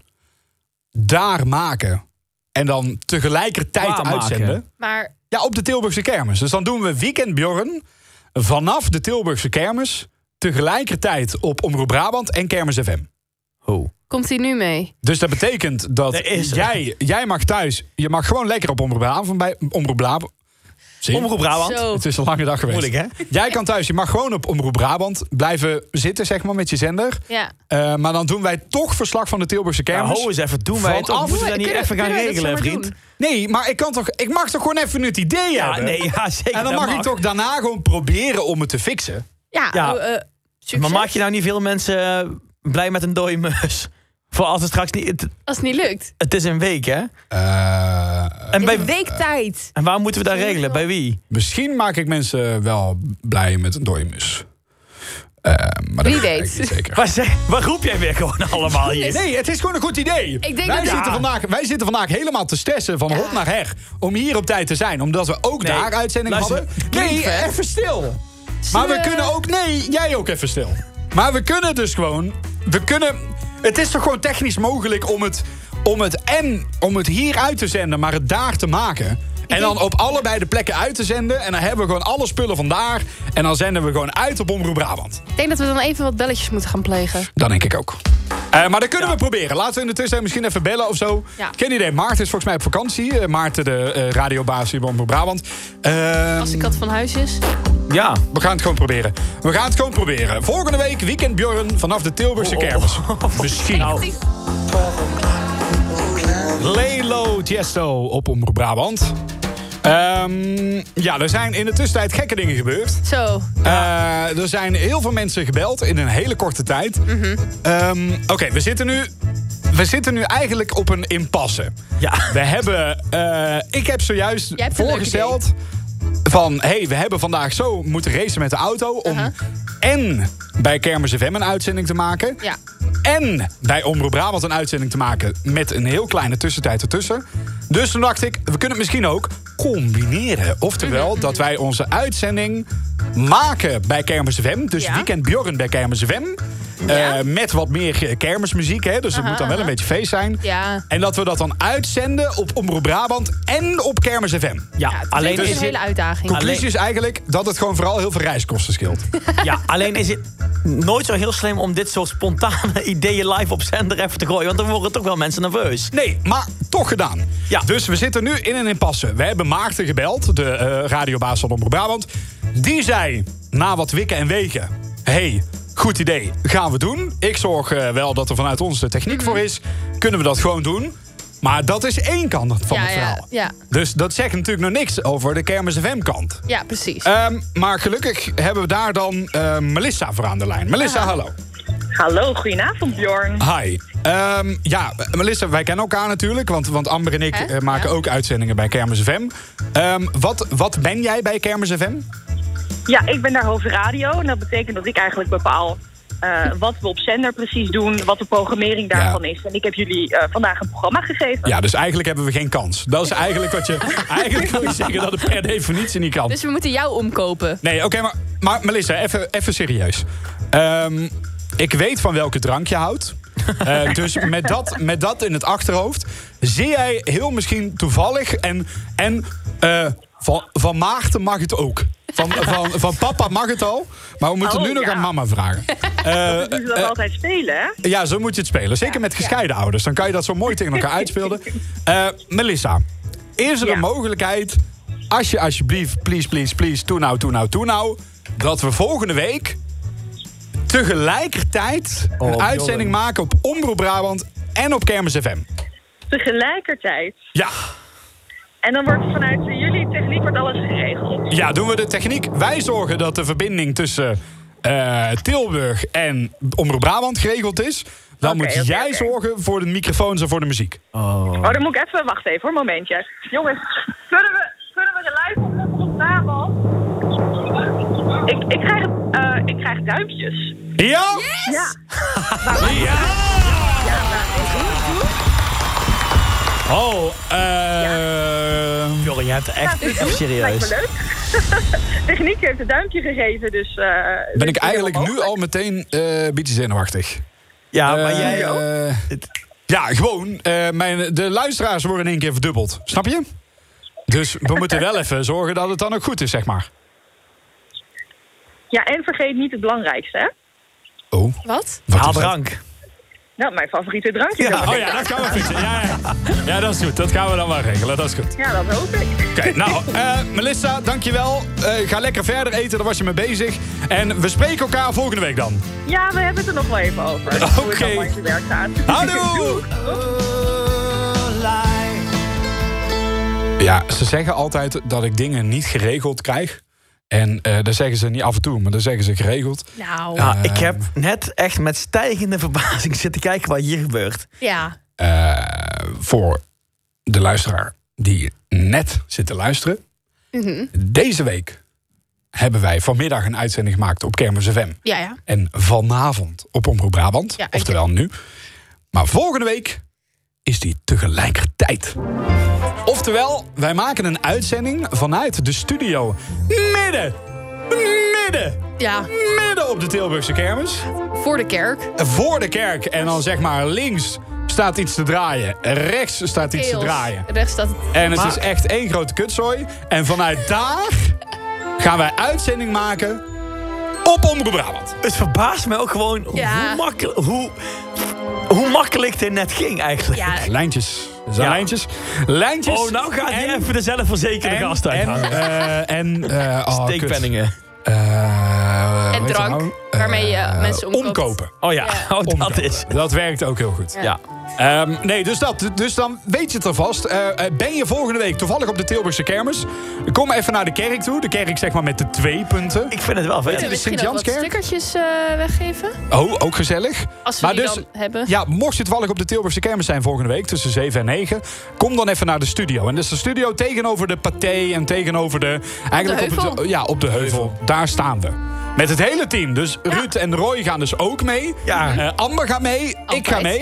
daar maken. En dan tegelijkertijd Waar maken? uitzenden. Maar Ja, op de Tilburgse kermis. Dus dan doen we Weekend Bjorn vanaf de Tilburgse kermis... tegelijkertijd op Omroep Brabant en Kermis F M. Hoe? komt hij nu mee? Dus dat betekent dat Er is er. jij, jij mag thuis... Je mag gewoon lekker op Omroep Brabant... Bij Omroep Brabant. Zie je? Omroep Brabant. Zo. Het is een lange dag geweest. Moeilijk, hè? Jij kan thuis, je mag gewoon op Omroep Brabant blijven zitten, zeg maar, met je zender. Ja. Uh, maar dan doen wij toch verslag van de Tilburgse Ja, kermis. ho eens even, doen wij het? Of Vanaf- moeten we dat niet Kunnen- even gaan kunnen wij dat regelen, zomaar vriend? doen? Nee, maar ik, kan toch, ik mag toch gewoon even het idee Ja, hebben? nee, ja, zeker. En dan dat mag ik toch daarna gewoon proberen om het te fixen. Ja, Ja. oh, eh, succes. Maar maak je nou niet veel mensen eh, blij met een dode mus? Voor als het straks niet... Het, Als het niet lukt. het is een week, hè? Uh, En, bij, Een week tijd. en waar moeten we dat regelen? Bij wie? misschien maak ik mensen wel blij met een dode mus. Uh, maar Wie dat weet. weet ik niet zeker. Waar, zeg, waar roep jij weer gewoon allemaal hier? Nee, het is gewoon een goed idee. denk wij, dat- zitten Ja. vandaag, wij zitten vandaag helemaal te stressen van hot naar her. Om hier op tijd te zijn. Omdat we ook Nee, daar uitzending luister, hadden. klinkt Nee, ver. even stil. Maar we kunnen ook... Nee, jij ook even stil. Maar we kunnen dus gewoon... We kunnen... Het is toch gewoon technisch mogelijk om het... Om het en om het hier uit te zenden, maar het daar te maken. En dan op allebei de plekken uit te zenden. En dan hebben we gewoon alle spullen vandaar. En dan zenden we gewoon uit op Omroep Brabant. Ik denk dat we dan even wat belletjes moeten gaan plegen. Dat denk ik ook. Uh, maar dat kunnen we proberen. Laten we in de tussentijd misschien even bellen of zo. Ja. Geen idee. Maarten is volgens mij op vakantie. Uh, Maarten, de uh, radiobaas hier bij Omroep Brabant. Uh, Als de kat van huis is. Ja. we gaan het gewoon proberen. We gaan het gewoon proberen. Volgende week Weekend Bjorn vanaf de Tilburgse Oh, oh. kermis. Misschien. Nou. Lelo Tiesto op Omroep Brabant. Um, ja, er zijn in de tussentijd gekke dingen gebeurd. Zo. Uh, er zijn heel veel mensen gebeld in een hele korte tijd. Mhm. Um, Oké, okay, we zitten nu... We zitten nu eigenlijk op een impasse. Ja. We hebben... Uh, ik heb zojuist Jij hebt een leuk voorgesteld... van, hé, hey, we hebben vandaag zo moeten racen met de auto... om Uh-huh. en bij Kermis F M een uitzending te maken... Ja. en bij Omroep Brabant een uitzending te maken... met een heel kleine tussentijd ertussen. Dus toen dacht ik, we kunnen het misschien ook combineren. Oftewel, Mm-hmm. dat wij onze uitzending maken bij Kermis F M. Dus Ja. Weekend Bjorn bij Kermis F M. Ja. Uh, met wat meer kermismuziek, hè, dus het aha, moet dan wel aha. een beetje feest zijn. Ja. En dat we dat dan uitzenden op Omroep Brabant en op Kermis F M. Ja, Ja, alleen is is een hele het, uitdaging. Conclusie is eigenlijk dat het gewoon vooral heel veel reiskosten scheelt. ja, alleen is het nooit zo heel slim om dit soort spontane ideeën live op zender even te gooien. Want dan worden toch wel mensen nerveus. Nee, maar toch gedaan. Ja. Dus we zitten nu in een impasse. We hebben Maarten gebeld, de uh, radiobaas van Omroep Brabant. Die zei, na wat wikken en wegen... hey, goed idee, gaan we doen. Ik zorg uh, wel dat er vanuit ons de techniek Mm-hmm. voor is. Kunnen we dat gewoon doen? Maar dat is één kant van Ja, het verhaal. ja, ja. Dus dat zegt natuurlijk nog niks over de Kermis F M-kant. Ja, precies. Um, maar gelukkig hebben we daar dan uh, Melissa voor aan de lijn. Melissa, Aha. hallo. Hallo, goedenavond Bjorn. Hi. Um, ja, Melissa, wij kennen elkaar natuurlijk. Want, want Amber en ik Hè? uh, maken Ja. ook uitzendingen bij Kermis F M. Um, wat, wat ben jij bij Kermis F M? Ja, ik ben daar hoofdradio en dat betekent dat ik eigenlijk bepaal uh, wat we op zender precies doen, wat de programmering daarvan Ja. is. En ik heb jullie uh, vandaag een programma gegeven. Ja, dus eigenlijk hebben we geen kans. Dat is eigenlijk wat je... Eigenlijk wil je zeggen dat het per definitie niet kan. Dus we moeten jou omkopen. Nee, oké, okay, maar, maar Melissa, even, even serieus. Um, ik weet van welke drank je houdt. Uh, dus met dat, met dat in het achterhoofd... zie jij heel misschien toevallig... en, en uh, van, van Maarten mag het ook. Van, van, van papa mag het al. Maar we moeten Oh, nu nog ja. aan mama vragen. Uh, Dat moeten we uh, altijd spelen, hè? ja, zo moet je het spelen. Zeker met gescheiden ouders. Dan kan je dat zo mooi tegen elkaar uitspelen. Uh, Melissa, is er Ja. een mogelijkheid... als je alsjeblieft, please, please, please... toe nou, toe nou, toe nou... dat we volgende week... tegelijkertijd Oh, een uitzending Bjorn. maken op Omroep Brabant... en op Kermis F M. Tegelijkertijd. Ja, En dan wordt vanuit uh, jullie techniek wordt alles geregeld. ja, doen we de techniek. Wij zorgen dat de verbinding tussen uh, Tilburg en Omroep Brabant geregeld is. Dan Oké, moet oké, jij oké. zorgen voor de microfoons en voor de muziek. Oh. Oh, dan moet ik even, wacht even hoor, momentje. Jongens, kunnen we, kunnen we de live op op Brabant? Ik, ik, krijg, uh, ik krijg duimpjes. Ja? Ja. Ja! Ja, maar Oh, eh... Bjorn, je hebt echt Ja, even lijkt serieus. me leuk. Techniek heeft een duimpje gegeven, dus... Uh, ben ik eigenlijk nu al meteen een uh, beetje zenuwachtig. Ja, maar Uh, jij... uh, ja, gewoon. Uh, mijn, de luisteraars worden in één keer verdubbeld. Snap je? Dus we moeten wel even zorgen dat het dan ook goed is, zeg maar. Ja, en vergeet niet het belangrijkste, hè? Oh. Wat? Wat Haal is dat? drank. Nou, mijn favoriete drankje. Ja, Oh ja, dat gaan we fixen. Ja, ja. ja, dat is goed. Dat gaan we dan wel regelen. Dat is goed. Ja, dat hoop ik. Oké, okay, nou, uh, Melissa, dankjewel. Uh, ga lekker verder eten, daar was je mee bezig. En we spreken elkaar volgende week dan. Ja, we hebben het er nog wel even over. Oké. Hoe het allemaal in zijn werk gaat. Houdoe! Ja, ze zeggen altijd dat ik dingen niet geregeld krijg. En uh, dat zeggen ze niet af en toe, maar dat zeggen ze geregeld. Nou, Ja, Uh, ik heb net echt met stijgende verbazing zitten kijken wat hier gebeurt. ja. Uh, voor de luisteraar die net zit te luisteren. Mhm. Deze week hebben wij vanmiddag een uitzending gemaakt op Kermis F M. Ja, ja. En vanavond op Omroep Brabant. Ja, oftewel nu. Maar volgende week is die tegelijkertijd. Oftewel, wij maken een uitzending vanuit de studio. Midden, midden, Ja, midden op de Tilburgse kermis. voor de kerk. Voor de kerk. En dan zeg maar links staat iets te draaien. Rechts staat iets te Eels. draaien. De rest staat... En het Maar- is echt één grote kutzooi. En vanuit daar gaan wij uitzending maken op Omroep Brabant. Het verbaast me ook gewoon Ja. hoe, makkelijk, hoe, hoe makkelijk dit net ging eigenlijk. Ja, Lijntjes. Dat zijn Ja. lijntjes. Lijntjes. Oh, nou gaat hij En- even de zelfverzekerde en- gast En, uithangen. uh, en uh, oh, kut. Steekpenningen. Uh, hoe heet het drank, nou? waarmee je Uh, mensen omkoopt. omkopen. Oh ja, Ja. Oh, dat Omkopen. is. Dat werkt ook heel goed. Ja. Um, nee, dus dat. Dus dan weet je het alvast. Uh, uh, ben je volgende week toevallig op de Tilburgse kermis? Kom even naar de kerk toe. De kerk zeg maar met de twee punten. Ik vind het wel vet. Weet je, de Misschien ook wat Sint-Janskerk? stickertjes uh, weggeven. Oh, ook gezellig. Als we Maar die dus, dan hebben. ja, mocht je toevallig op de Tilburgse kermis zijn volgende week... tussen zeven en negen, kom dan even naar de studio. En dat is de studio tegenover de paté en tegenover de... Eigenlijk heuvel? Op het, ja, op de heuvel. Daar staan we. Met het hele team. Dus Ruud en Roy gaan dus ook mee. Ja. Uh, Amber gaat mee. Ik ga Altijd. mee.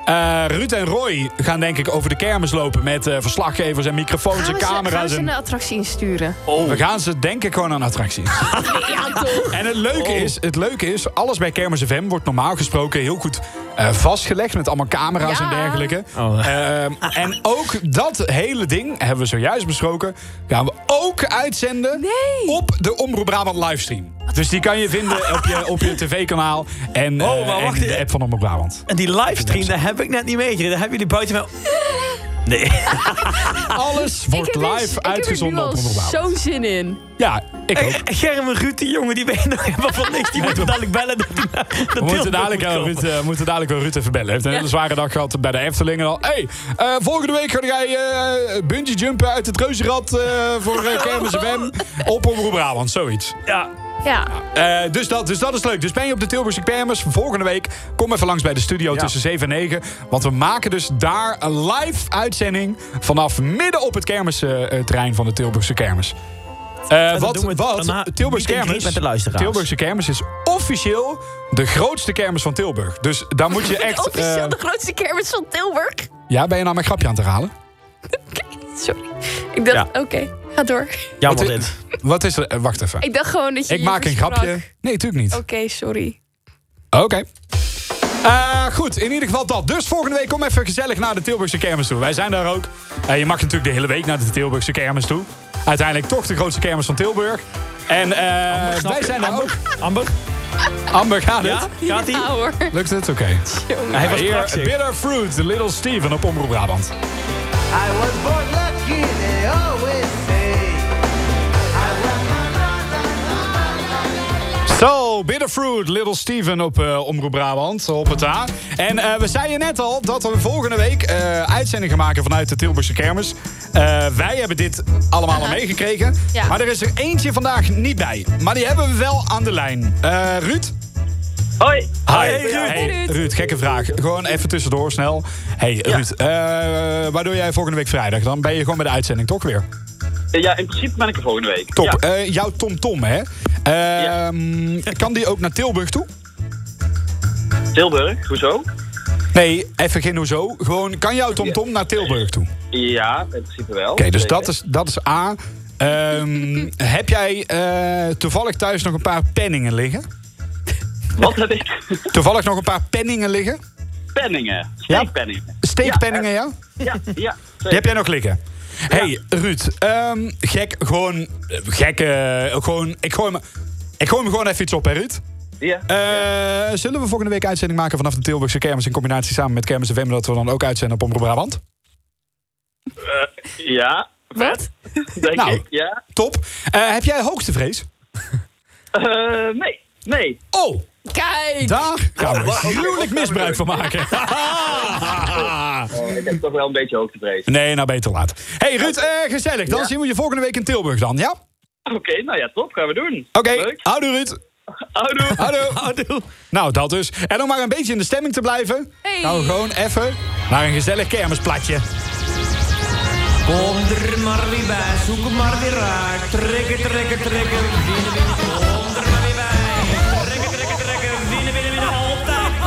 Uh, Ruud en Roy gaan denk ik over de kermis lopen... met uh, verslaggevers en microfoons Gaan en we ze, camera's. gaan we ze en... een attractie insturen? Oh. We gaan ze denk ik gewoon aan attracties. Ja, toch? En het leuke, Oh. is, het leuke is, alles bij Kermis F M wordt normaal gesproken heel goed uh, vastgelegd... met allemaal camera's Ja. en dergelijke. Oh. Uh, en ook dat hele ding, hebben we zojuist besproken... gaan we ook uitzenden Nee. op de Omroep Brabant livestream. Dus die kan je vinden op je, op je tv-kanaal en, uh, Oh, maar wacht en de even. app van Omroep Brabant. En die livestream, daar heb ik net niet meegekregen. Daar hebben jullie buiten wel... Nee. Alles wordt ik heb er- live uitgezonden op Ik Omroep heb er nu Brabant. al zo'n zin in. Ja, ik ook. En Germ en Ruud, die jongen, die ben je nog helemaal van niks. Die moeten we dadelijk bellen. Dat, dat We moeten dadelijk, wel Ruud, uh, moeten dadelijk wel Ruud even bellen. Hij heeft een Ja. hele zware dag gehad bij de Efteling. En al, hey, uh, volgende week ga jij uh, bungee jumpen uit het reuzenrad uh, voor uh, Kermis F M op Omroep Brabant. Zoiets. Ja. Ja. Uh, dus, dat, dus dat is leuk. Dus ben je op de Tilburgse Kermis volgende week... kom even langs bij de studio Ja. tussen zeven en negen. Want we maken dus daar een live uitzending... vanaf midden op het kermisterrein van de Tilburgse Kermis. Uh, dat wat doen we wat daarna Tilburgse meet and greet Kermis, met de luisteraars. Tilburgse Kermis is officieel de grootste kermis van Tilburg. Dus daar moet je echt... Officieel uh, de grootste kermis van Tilburg. ja, ben je nou mijn grapje aan te halen? Sorry. Ik dacht, Ja. oké, okay, ga door. Jammer Wat i- dit. Wat is er? uh, wacht even. Ik dacht gewoon dat je Ik je maak een versprak. grapje. Nee, natuurlijk niet. Oké, okay, sorry. Oké. Uh, goed, in ieder geval dat. Dus volgende week kom even gezellig naar de Tilburgse Kermis toe. Wij zijn daar ook. Uh, je mag natuurlijk de hele week naar de Tilburgse Kermis toe. Uiteindelijk toch de grootste kermis van Tilburg. En uh, wij zijn daar ook. Amber? Amber, gaat het? Ja? Gaat ie? Ja hoor. Lukt het? Oké. Jongen. Hij was Hier, prachtig. Bitter Fruit, de Little Steven op Omroep Brabant. I was born lucky, they always say. Zo, Bitter Fruit, Little Steven op uh, Omroep Brabant, op het A. En uh, we zeiden net al dat we volgende week uh, uitzending gaan maken vanuit de Tilburgse Kermis. Uh, wij hebben dit allemaal al meegekregen. Ja. Maar er is er eentje vandaag niet bij. Maar die hebben we wel aan de lijn. Uh, Ruud? Hoi. Hi. Hey, Ruud. Hey, Ruud, gekke vraag. Gewoon even tussendoor, snel. Hey, Ja. Ruud, uh, waar doe jij volgende week vrijdag? Dan ben je gewoon bij de uitzending, toch weer? Ja, in principe ben ik er volgende week. Top. Ja. Uh, jouw TomTom, hè? Uh, kan die ook naar Tilburg toe? Tilburg, hoezo? Nee, even geen hoezo. Gewoon, kan jouw TomTom naar Tilburg toe? Ja, in principe wel. Oké, dus Zeker. dat is, dat is A. Um, heb jij uh, toevallig thuis nog een paar penningen liggen? Wat heb ik? Toevallig nog een paar penningen liggen? Penningen. Steekpenningen. Steekpenningen, ja? Ja, ja. Die heb jij nog liggen? Hey, Ruud. Um, gek, gewoon... Gek, uh, gewoon... Ik gooi, me, ik gooi me gewoon even iets op, hè, Ruud? Ja. Uh, zullen we volgende week uitzending maken vanaf de Tilburgse Kermis... in combinatie samen met Kermis F M... dat we dan ook uitzenden op Omroep Brabant? Uh, ja. Wat? Denk Nou. ik, ja. Top. Uh, heb jij hoogtevrees? Uh, nee, nee. Oh! Kijk! Daar gaan we gruwelijk misbruik van maken. Oh, ik heb toch wel een beetje hoogtevrees. Nee, nou beter laat. Hey Ruud, uh, gezellig. Dan Ja. zien we je volgende week in Tilburg dan, ja? Oké, okay, nou ja, top. Gaan we doen. Oké, Leuk. houdoe Ruud. Houdoe. Houdoe. Houdoe. Nou, dat dus. En om maar een beetje in de stemming te blijven... Hey. gaan we gewoon even naar een gezellig kermisplatje. Kom er maar weer bij, zoek hem maar weer uit. Trekken, trekken, trekken, winnen, winnen. Kom er maar weer bij. Trekken, trekken, trekken, winnen, winnen, winnen. Altijd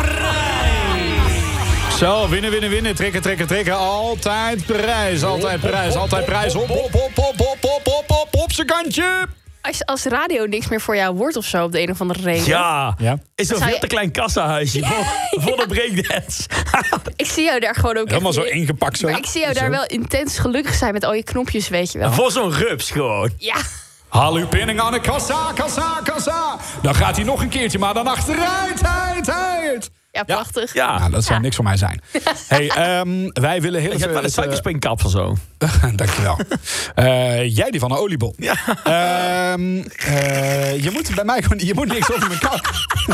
prijs. Zo, winnen, winnen, winnen. Trekken, trekken, trekken. Altijd prijs, altijd prijs, altijd prijs. Hop, hop, hop, hop, hop, hop, hop, hop, op z'n kantje. Als, als radio niks meer voor jou wordt of zo, op de een of andere reden. Ja. Ja. Is zo'n zou veel je- te klein kassahuisje voor, voor de breakdance. Ik zie jou daar gewoon ook Helemaal echt zo in- ingepakt zo. Maar ik zie jou daar Zo. wel intens gelukkig zijn met al je knopjes, weet je wel. Voor zo'n rups gewoon. Ja. Haal uw pinning aan de kassa, kassa, kassa. Dan gaat hij nog een keertje, maar dan achteruit, uit, uit. Ja, prachtig. Ja. Nou, dat zou niks voor mij zijn. Hey, um, wij willen heel Je hebt even... wel een het, eh, suikerspringkapsel zo. Dankjewel. Uh, jij die van een oliebol. Ja. Um, uh, je moet bij mij gewoon... Je moet niks over mijn kapsel...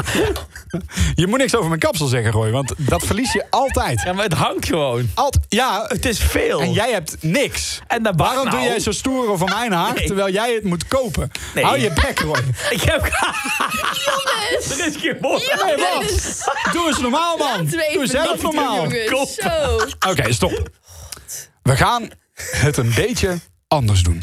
je moet niks over mijn kapsel zeggen, Roy. Want dat verlies je altijd. Ja, maar het hangt gewoon. Alt, ja, Het is veel. en jij hebt niks. En daar Waarom nou, doe jij zo stoer over mijn haar, Nee. terwijl jij het moet kopen? Nee. Hou je bek, Roy. Ik heb... Jongens! Er is geen woord. Nee, wat? Doe eens normaal, man. Laten we even Doe zelf niet doen, normaal. jongens. Kom. Zo. Oké, stop. We gaan het een beetje anders doen.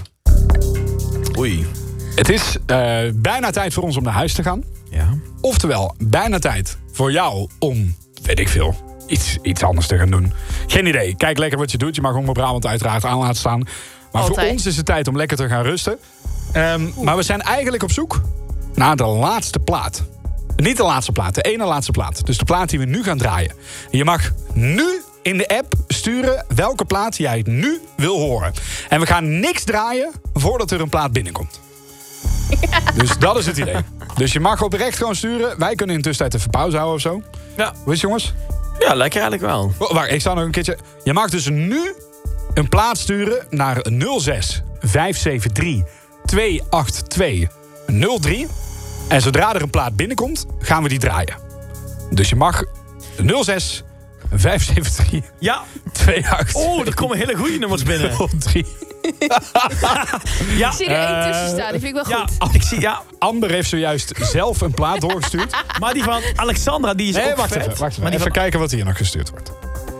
Oei. Het is uh, bijna tijd voor ons om naar huis te gaan. Ja. Oftewel, bijna tijd voor jou om, weet ik veel, iets, iets anders te gaan doen. Geen idee. Kijk lekker wat je doet. Je mag Omroep Brabant uiteraard aan laten staan. Maar Altijd. voor ons is het tijd om lekker te gaan rusten. Um, maar we zijn eigenlijk op zoek naar de laatste plaat. Niet de laatste plaat, de ene laatste plaat. Dus de plaat die we nu gaan draaien. Je mag nu in de app sturen welke plaat jij nu wil horen. En we gaan niks draaien voordat er een plaat binnenkomt. Ja. Dus dat is het idee. Dus je mag oprecht gewoon sturen. Wij kunnen in de tussentijd even pauze houden of zo. Ja. Hoe is het, jongens? Ja, lekker eigenlijk wel. Oh, wacht, ik sta nog een keertje. Je mag dus nu een plaat sturen naar nul zes vijf zeven drie twee acht twee nul drie. En zodra er een plaat binnenkomt, gaan we die draaien. Dus je mag nul zes vijf zeven drie ja. twee acht twee Oh, er komen hele goede nummers binnen. nul drie. Ja. Ik zie er één tussen staan, die vind ik wel goed. Ja, ik zie, ja. Amber heeft zojuist zelf een plaat doorgestuurd. Maar die van Alexandra, die is nee, ook wacht vet. even, wacht even. Maar die even van... kijken wat hier nog gestuurd wordt.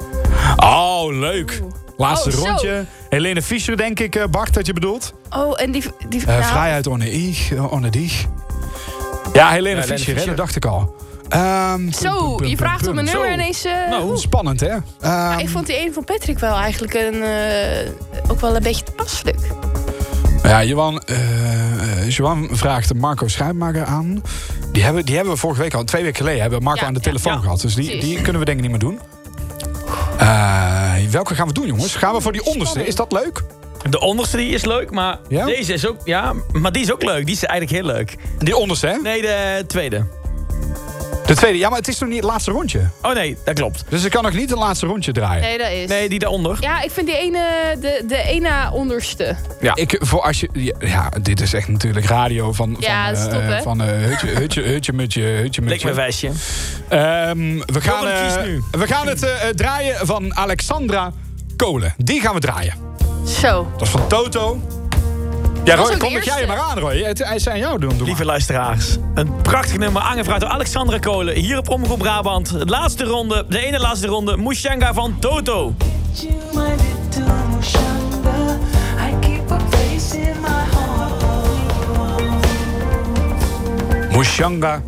Oh, leuk. Laatste Oh, zo. rondje. Helene Fischer, denk ik, uh, Bart, dat je bedoelt. Oh, en die... die Uh, nou, Vrijheid ohne ich, ohne dich. Ja, Helene Ja, Fischer, hè, Fischer. dat dacht ik al. Um, Zo, je vraagt om een nummer en ineens... Uh, Nou, spannend, hè? Um, ja, ik vond die een van Patrick wel eigenlijk een, uh, ook wel een beetje toepasselijk. Ja, Johan, uh, Johan vraagt Marco Schuitmaker aan. Die hebben, die hebben we vorige week al, twee weken geleden, hebben we Marco Ja, aan de telefoon ja, gehad. Dus die, precies. die kunnen we denk ik niet meer doen. Uh, welke gaan we doen, jongens? Gaan we voor die onderste? Is dat leuk? De onderste die is leuk, maar Ja? deze is ook... Ja, maar die is ook leuk. Die is eigenlijk heel leuk. Die onderste, hè? Nee, de tweede. De tweede. Ja, maar het is nog niet het laatste rondje. Oh nee, dat klopt. Dus ik kan nog niet het laatste rondje draaien. Nee, dat is... Nee, die daaronder. Ja, ik vind die ene, de, de ene onderste. Ja. Ik, voor als je, ja, ja, dit is echt natuurlijk radio van, Ja, van, dat is uh, top, hè? van uh, hutje, hutje, hutje, mutje, hutje, Lik mutje. mijn vestje. Um, we, gaan, Johan, kies uh, nu. we gaan het uh, draaien van Alexandra Kolen. Die gaan we draaien. Zo. Dat is van Toto. Ja, was Roy, ook de kom ik jij eerste. maar aan, Roy. Het, hij is aan jou doen. Doe Lieve maar. luisteraars, een prachtig nummer aangevraagd door Alexandra Kolen. Hier op Omroep Brabant. De laatste ronde, de ene laatste ronde. Mushanga van Toto. Mushanga.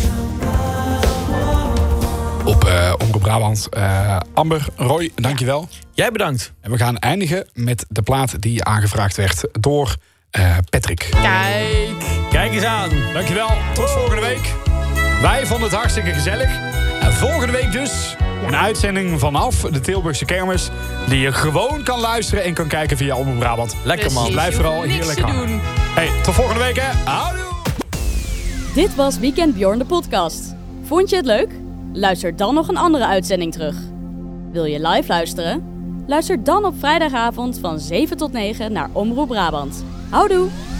Op uh, Omroep Brabant. Uh, Amber, Roy, dankjewel. Jij bedankt. En we gaan eindigen met de plaat die aangevraagd werd door uh, Patrick. Kijk. Kijk eens aan. Dankjewel. Tot volgende week. Wij vonden het hartstikke gezellig. En volgende week dus een uitzending vanaf de Tilburgse Kermis. Die je gewoon kan luisteren en kan kijken via Omroep Brabant. Lekker man. Blijf vooral hier lekker hangen. Hey, tot volgende week hè. Houdoe. Dit was Weekend Bjorn de podcast. Vond je het leuk? Luister dan nog een andere uitzending terug. Wil je live luisteren? Luister dan op vrijdagavond van zeven tot negen naar Omroep Brabant. Houdoe!